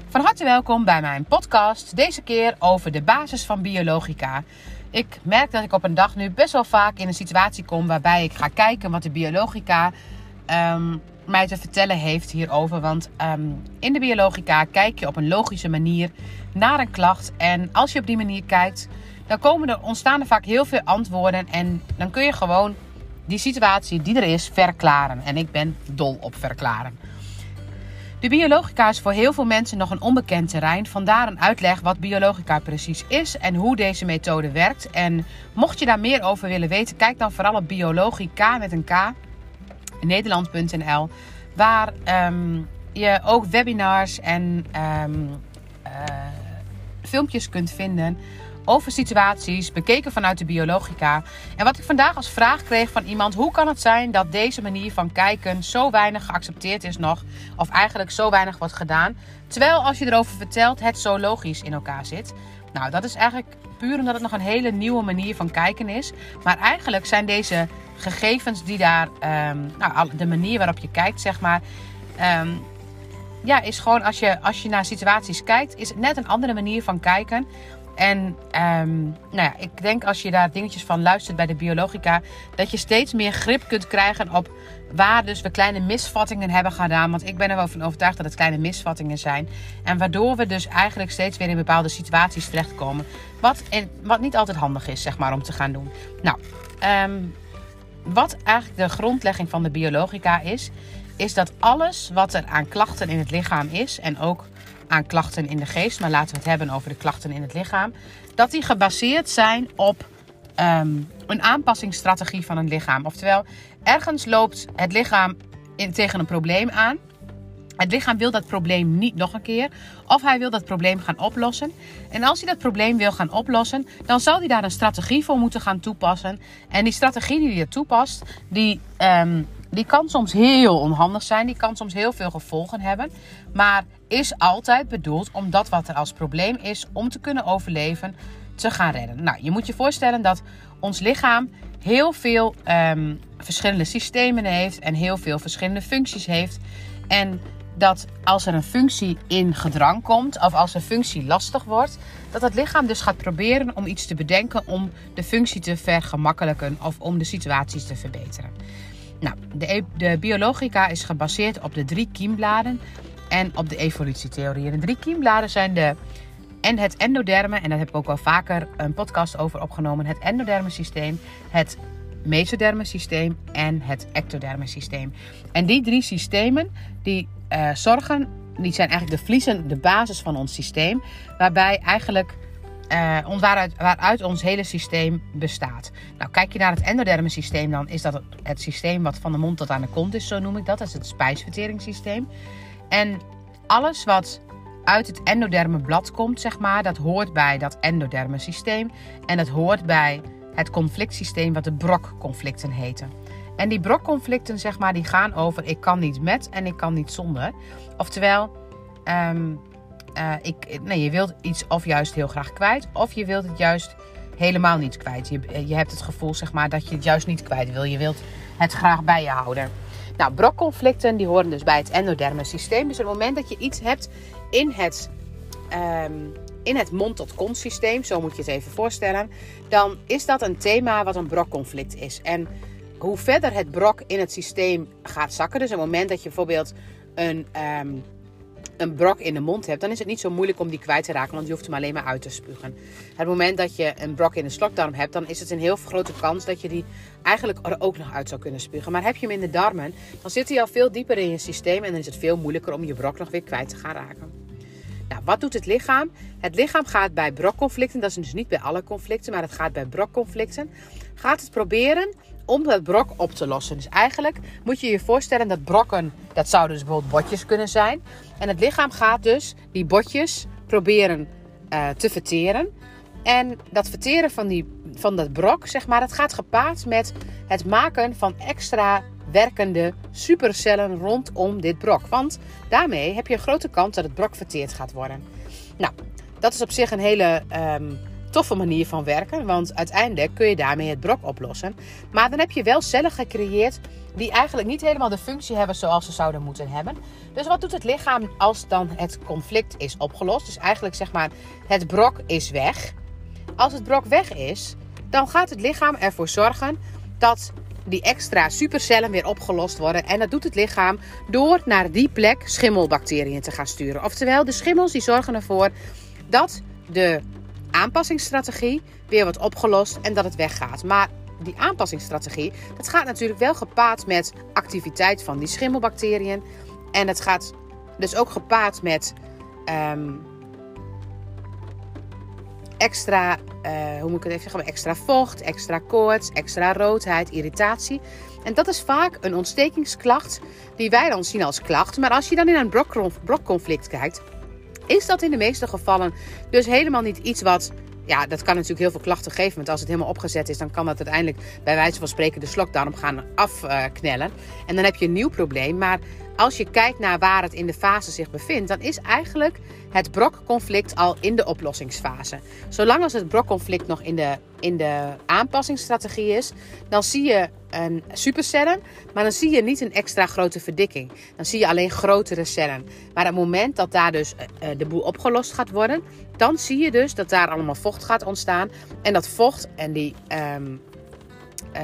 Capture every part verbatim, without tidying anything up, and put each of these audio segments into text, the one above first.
Van harte welkom bij mijn podcast. Deze keer over de basis van biologica. Ik merk dat ik op een dag nu best wel vaak in een situatie kom waarbij ik ga kijken wat de biologica um, mij te vertellen heeft hierover. Want um, in de biologica kijk je op een logische manier naar een klacht. En als je op die manier kijkt, dan komen er, ontstaan er vaak heel veel antwoorden. En dan kun je gewoon die situatie die er is verklaren. En ik ben dol op verklaren. De biologica is voor heel veel mensen nog een onbekend terrein. Vandaar een uitleg wat biologica precies is en hoe deze methode werkt. En mocht je daar meer over willen weten, kijk dan vooral op biologica met een k, nederland punt n l. Waar um, je ook webinars en um, uh, filmpjes kunt vinden over situaties bekeken vanuit de biologica. En wat ik vandaag als vraag kreeg van iemand: hoe kan het zijn dat deze manier van kijken zo weinig geaccepteerd is nog, of eigenlijk zo weinig wordt gedaan, terwijl als je erover vertelt het zo logisch in elkaar zit? Nou, dat is eigenlijk puur omdat het nog een hele nieuwe manier van kijken is. Maar eigenlijk zijn deze gegevens die daar, um, nou, de manier waarop je kijkt, zeg maar, um, ja, is gewoon als je, als je naar situaties kijkt, is het net een andere manier van kijken. En um, nou ja, ik denk als je daar dingetjes van luistert bij de biologica, dat je steeds meer grip kunt krijgen op waar dus we kleine misvattingen hebben gedaan. Want ik ben er wel van overtuigd dat het kleine misvattingen zijn. En waardoor we dus eigenlijk steeds weer in bepaalde situaties terechtkomen. Wat, in, wat niet altijd handig is, zeg maar, om te gaan doen. Nou, um, wat eigenlijk de grondlegging van de biologica is, is dat alles wat er aan klachten in het lichaam is, en ook aan klachten in de geest, maar laten we het hebben over de klachten in het lichaam, dat die gebaseerd zijn op um, een aanpassingsstrategie van een lichaam. Oftewel, ergens loopt het lichaam in, tegen een probleem aan. Het lichaam wil dat probleem niet nog een keer, of hij wil dat probleem gaan oplossen. En als hij dat probleem wil gaan oplossen, dan zal hij daar een strategie voor moeten gaan toepassen. En die strategie die hij toepast, die, um, die kan soms heel onhandig zijn. Die kan soms heel veel gevolgen hebben. Maar is altijd bedoeld om dat wat er als probleem is, om te kunnen overleven, te gaan redden. Nou, je moet je voorstellen dat ons lichaam heel veel um, verschillende systemen heeft en heel veel verschillende functies heeft. En dat als er een functie in gedrang komt, of als een functie lastig wordt, dat het lichaam dus gaat proberen om iets te bedenken om de functie te vergemakkelijken of om de situaties te verbeteren. Nou, de, de biologica is gebaseerd op de drie kiembladen en op de evolutietheorieën. De drie kiembladen zijn de, en het endoderme, en daar heb ik ook wel vaker een podcast over opgenomen, het endoderme systeem, het mesoderme systeem en het ectoderme systeem. En die drie systemen, die uh, zorgen, die zijn eigenlijk de vliezen, de basis van ons systeem, waarbij eigenlijk uh, waaruit, waaruit ons hele systeem bestaat. Nou, kijk je naar het endoderme systeem, dan is dat het, het systeem wat van de mond tot aan de kont is, zo noem ik dat. Dat is het spijsverteringssysteem. En alles wat uit het endoderme blad komt, zeg maar, dat hoort bij dat endoderme systeem. En dat hoort bij het conflictsysteem wat de brokconflicten heten. En die brokconflicten, zeg maar, die gaan over ik kan niet met en ik kan niet zonder. Oftewel, um, uh, ik, nee, je wilt iets of juist heel graag kwijt, of je wilt het juist helemaal niet kwijt. Je, je hebt het gevoel, zeg maar, dat je het juist niet kwijt wil. Je wilt het graag bij je houden. Nou, brokconflicten die horen dus bij het endoderme systeem. Dus op het moment dat je iets hebt in het, um, in het mond-tot-kont systeem, zo moet je het even voorstellen, dan is dat een thema wat een brokconflict is. En hoe verder het brok in het systeem gaat zakken, dus op het moment dat je bijvoorbeeld een, um, een brok in de mond hebt, dan is het niet zo moeilijk om die kwijt te raken, want je hoeft hem alleen maar uit te spugen. Het moment dat je een brok in de slokdarm hebt, dan is het een heel grote kans dat je die eigenlijk er ook nog uit zou kunnen spugen. Maar heb je hem in de darmen, dan zit hij al veel dieper in je systeem en dan is het veel moeilijker om je brok nog weer kwijt te gaan raken. Nou, wat doet het lichaam? Het lichaam gaat bij brokconflicten, dat is dus niet bij alle conflicten, maar het gaat bij brokconflicten, gaat het proberen om dat brok op te lossen. Dus eigenlijk moet je je voorstellen dat brokken, dat zouden dus bijvoorbeeld botjes kunnen zijn. En het lichaam gaat dus die botjes proberen uh, te verteren. En dat verteren van, die, van dat brok, zeg maar, dat gaat gepaard met het maken van extra werkende supercellen rondom dit brok. Want daarmee heb je een grote kans dat het brok verteerd gaat worden. Nou, dat is op zich een hele um, toffe manier van werken. Want uiteindelijk kun je daarmee het brok oplossen. Maar dan heb je wel cellen gecreëerd die eigenlijk niet helemaal de functie hebben zoals ze zouden moeten hebben. Dus wat doet het lichaam als dan het conflict is opgelost? Dus eigenlijk zeg maar, het brok is weg. Als het brok weg is, dan gaat het lichaam ervoor zorgen dat die extra supercellen weer opgelost worden. En dat doet het lichaam door naar die plek schimmelbacteriën te gaan sturen. Oftewel, de schimmels die zorgen ervoor dat de aanpassingsstrategie weer wordt opgelost en dat het weggaat. Maar die aanpassingsstrategie, dat gaat natuurlijk wel gepaard met activiteit van die schimmelbacteriën. En het gaat dus ook gepaard met um, extra, uh, hoe moet ik het even zeggen, extra vocht, extra koorts, extra roodheid, irritatie. En dat is vaak een ontstekingsklacht die wij dan zien als klacht. Maar als je dan in een brok, brokconflict kijkt, is dat in de meeste gevallen dus helemaal niet iets wat... Ja, dat kan natuurlijk heel veel klachten geven. Want als het helemaal opgezet is, dan kan dat uiteindelijk bij wijze van spreken de slokdarm gaan afknellen. En dan heb je een nieuw probleem. Maar als je kijkt naar waar het in de fase zich bevindt, dan is eigenlijk het brokconflict al in de oplossingsfase. Zolang als het brokconflict nog in de, in de aanpassingsstrategie is, dan zie je een supercellen, maar dan zie je niet een extra grote verdikking. Dan zie je alleen grotere cellen. Maar op het moment dat daar dus uh, de boel opgelost gaat worden, dan zie je dus dat daar allemaal vocht gaat ontstaan. En dat vocht en die, um, uh,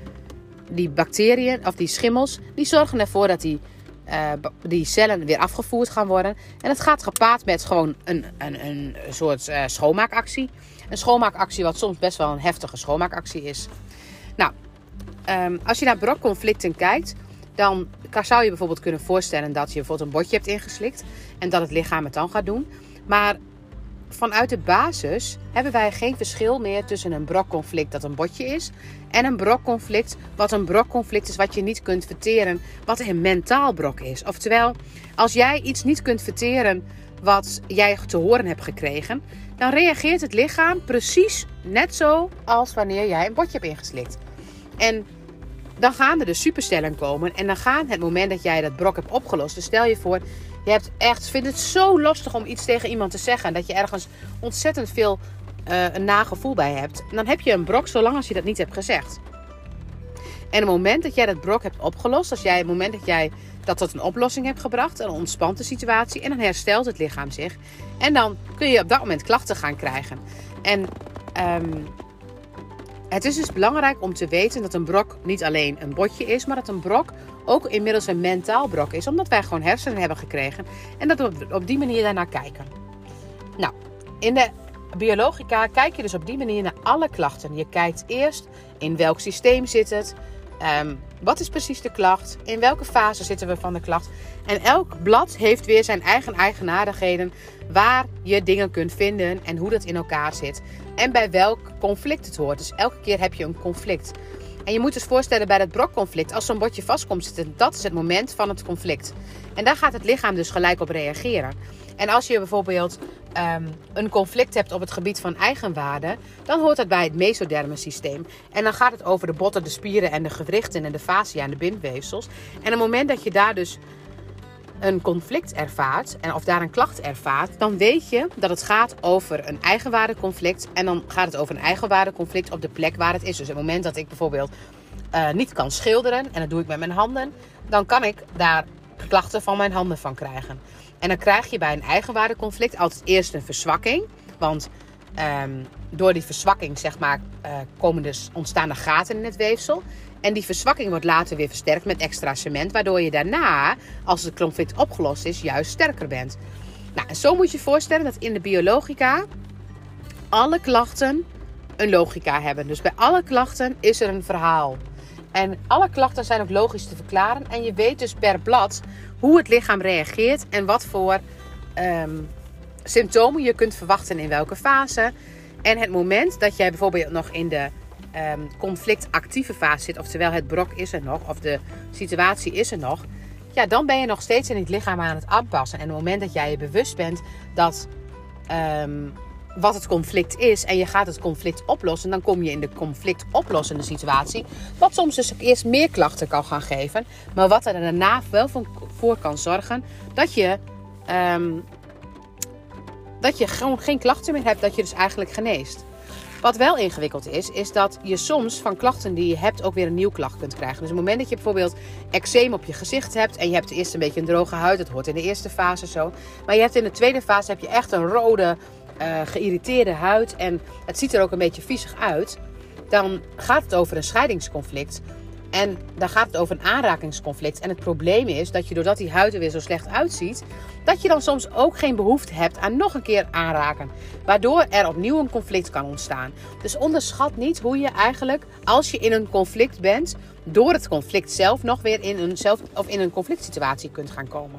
die bacteriën of die schimmels, die zorgen ervoor dat die, uh, die cellen weer afgevoerd gaan worden. En het gaat gepaard met gewoon een, een, een soort uh, schoonmaakactie. Een schoonmaakactie wat soms best wel een heftige schoonmaakactie is. Nou, um, als je naar brokconflicten kijkt, dan zou je bijvoorbeeld kunnen voorstellen dat je bijvoorbeeld een botje hebt ingeslikt en dat het lichaam het dan gaat doen. Maar vanuit de basis hebben wij geen verschil meer tussen een brokconflict dat een botje is en een brokconflict wat een brokconflict is wat je niet kunt verteren, wat een mentaal brok is. Oftewel, als jij iets niet kunt verteren wat jij te horen hebt gekregen, dan reageert het lichaam precies net zo als wanneer jij een botje hebt ingeslikt. En dan gaan er dus supercellen komen en dan gaan het moment dat jij dat brok hebt opgelost. Dus stel je voor, je hebt echt, vindt het zo lastig om iets tegen iemand te zeggen, dat je ergens ontzettend veel uh, een nagevoel bij hebt. En dan heb je een brok zolang als je dat niet hebt gezegd. En het moment dat jij dat brok hebt opgelost, als jij het moment dat jij dat tot een oplossing hebt gebracht, dan ontspant de situatie en dan herstelt het lichaam zich. En dan kun je op dat moment klachten gaan krijgen. En um, het is dus belangrijk om te weten dat een brok niet alleen een botje is, maar dat een brok ook inmiddels een mentaal brok is. Omdat wij gewoon hersenen hebben gekregen en dat we op die manier daarnaar kijken. Nou, in de biologica kijk je dus op die manier naar alle klachten. Je kijkt eerst in welk systeem zit het, um, wat is precies de klacht, in welke fase zitten we van de klacht. En elk blad heeft weer zijn eigen eigenaardigheden waar je dingen kunt vinden en hoe dat in elkaar zit. En bij welk conflict het hoort. Dus elke keer heb je een conflict. En je moet dus voorstellen bij dat brokconflict, als zo'n botje vast komt zitten, dat is het moment van het conflict. En daar gaat het lichaam dus gelijk op reageren. En als je bijvoorbeeld um, een conflict hebt op het gebied van eigenwaarde, dan hoort dat bij het mesoderme systeem. En dan gaat het over de botten, de spieren en de gewrichten en de fascia en de bindweefsels. En op het moment dat je daar dus een conflict ervaart, en of daar een klacht ervaart, dan weet je dat het gaat over een eigenwaardeconflict. En dan gaat het over een eigenwaardeconflict op de plek waar het is. Dus op het moment dat ik bijvoorbeeld uh, niet kan schilderen, en dat doe ik met mijn handen, dan kan ik daar klachten van mijn handen van krijgen. En dan krijg je bij een eigenwaardeconflict altijd eerst een verzwakking. Want um, door die verzwakking, zeg maar, uh, komen dus, ontstaan er gaten in het weefsel. En die verzwakking wordt later weer versterkt met extra cement. Waardoor je daarna, als het conflict opgelost is, juist sterker bent. Nou, en zo moet je je voorstellen dat in de biologica alle klachten een logica hebben. Dus bij alle klachten is er een verhaal. En alle klachten zijn ook logisch te verklaren. En je weet dus per blad hoe het lichaam reageert en wat voor um, symptomen je kunt verwachten in welke fase. En het moment dat jij bijvoorbeeld nog in de um, conflictactieve fase zit, oftewel het brok is er nog, of de situatie is er nog, ja, dan ben je nog steeds in het lichaam aan het aanpassen. En op het moment dat jij je bewust bent dat um, wat het conflict is en je gaat het conflict oplossen, dan kom je in de conflictoplossende situatie, wat soms dus eerst meer klachten kan gaan geven, maar wat er daarna wel voor kan zorgen dat je um, dat je gewoon geen klachten meer hebt, dat je dus eigenlijk geneest. Wat wel ingewikkeld is, is dat je soms van klachten die je hebt ook weer een nieuw klacht kunt krijgen. Dus op het moment dat je bijvoorbeeld eczeem op je gezicht hebt en je hebt eerst een beetje een droge huid, dat hoort in de eerste fase zo. Maar je hebt in de tweede fase heb je echt een rode, uh, geïrriteerde huid en het ziet er ook een beetje viezig uit. Dan gaat het over een scheidingsconflict. En dan gaat het over een aanrakingsconflict. En het probleem is dat je doordat die huid er weer zo slecht uitziet, dat je dan soms ook geen behoefte hebt aan nog een keer aanraken. Waardoor er opnieuw een conflict kan ontstaan. Dus onderschat niet hoe je eigenlijk, als je in een conflict bent, door het conflict zelf nog weer in een, zelf, of in een conflict situatie kunt gaan komen.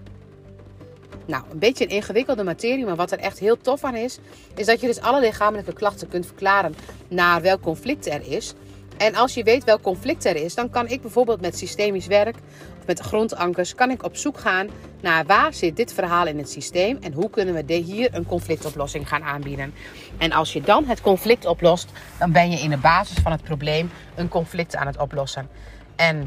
Nou, een beetje een ingewikkelde materie, maar wat er echt heel tof aan is, is dat je dus alle lichamelijke klachten kunt verklaren naar welk conflict er is. En als je weet welk conflict er is, dan kan ik bijvoorbeeld met systemisch werk of met grondankers, kan ik op zoek gaan naar waar zit dit verhaal in het systeem en hoe kunnen we hier een conflictoplossing gaan aanbieden. En als je dan het conflict oplost, dan ben je in de basis van het probleem een conflict aan het oplossen. En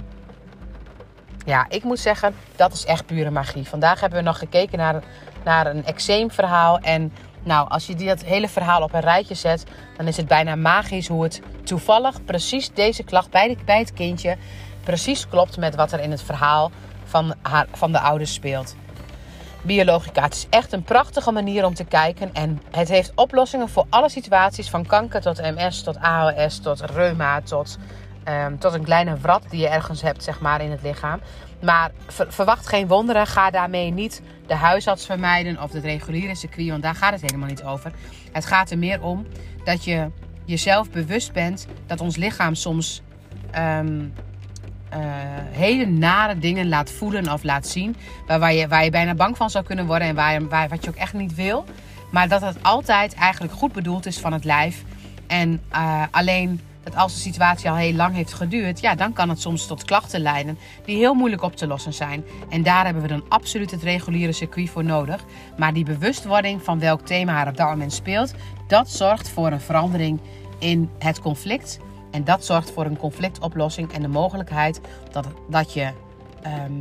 ja, ik moet zeggen, dat is echt pure magie. Vandaag hebben we nog gekeken naar, naar een eczeemverhaal. En nou, als je dat hele verhaal op een rijtje zet, dan is het bijna magisch hoe het toevallig precies deze klacht bij, de, bij het kindje precies klopt met wat er in het verhaal van, haar, van de ouders speelt. Biologica, het is echt een prachtige manier om te kijken. En het heeft oplossingen voor alle situaties, van kanker tot M S, tot A L S, tot reuma, tot... Um, tot een kleine wrat die je ergens hebt, zeg maar, in het lichaam. Maar ver, verwacht geen wonderen. Ga daarmee niet de huisarts vermijden of het reguliere circuit, want daar gaat het helemaal niet over. Het gaat er meer om dat je jezelf bewust bent dat ons lichaam soms um, uh, hele nare dingen laat voelen of laat zien. Waar, waar, je, waar je bijna bang van zou kunnen worden en waar, waar, wat je ook echt niet wil. Maar dat het altijd eigenlijk goed bedoeld is van het lijf. En uh, alleen... dat als de situatie al heel lang heeft geduurd, ja, dan kan het soms tot klachten leiden die heel moeilijk op te lossen zijn. En daar hebben we dan absoluut het reguliere circuit voor nodig. Maar die bewustwording van welk thema er op dat moment speelt, dat zorgt voor een verandering in het conflict. En dat zorgt voor een conflictoplossing en de mogelijkheid dat, dat je um,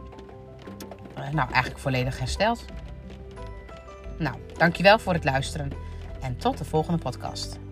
nou, eigenlijk volledig herstelt. Nou, dankjewel voor het luisteren en tot de volgende podcast.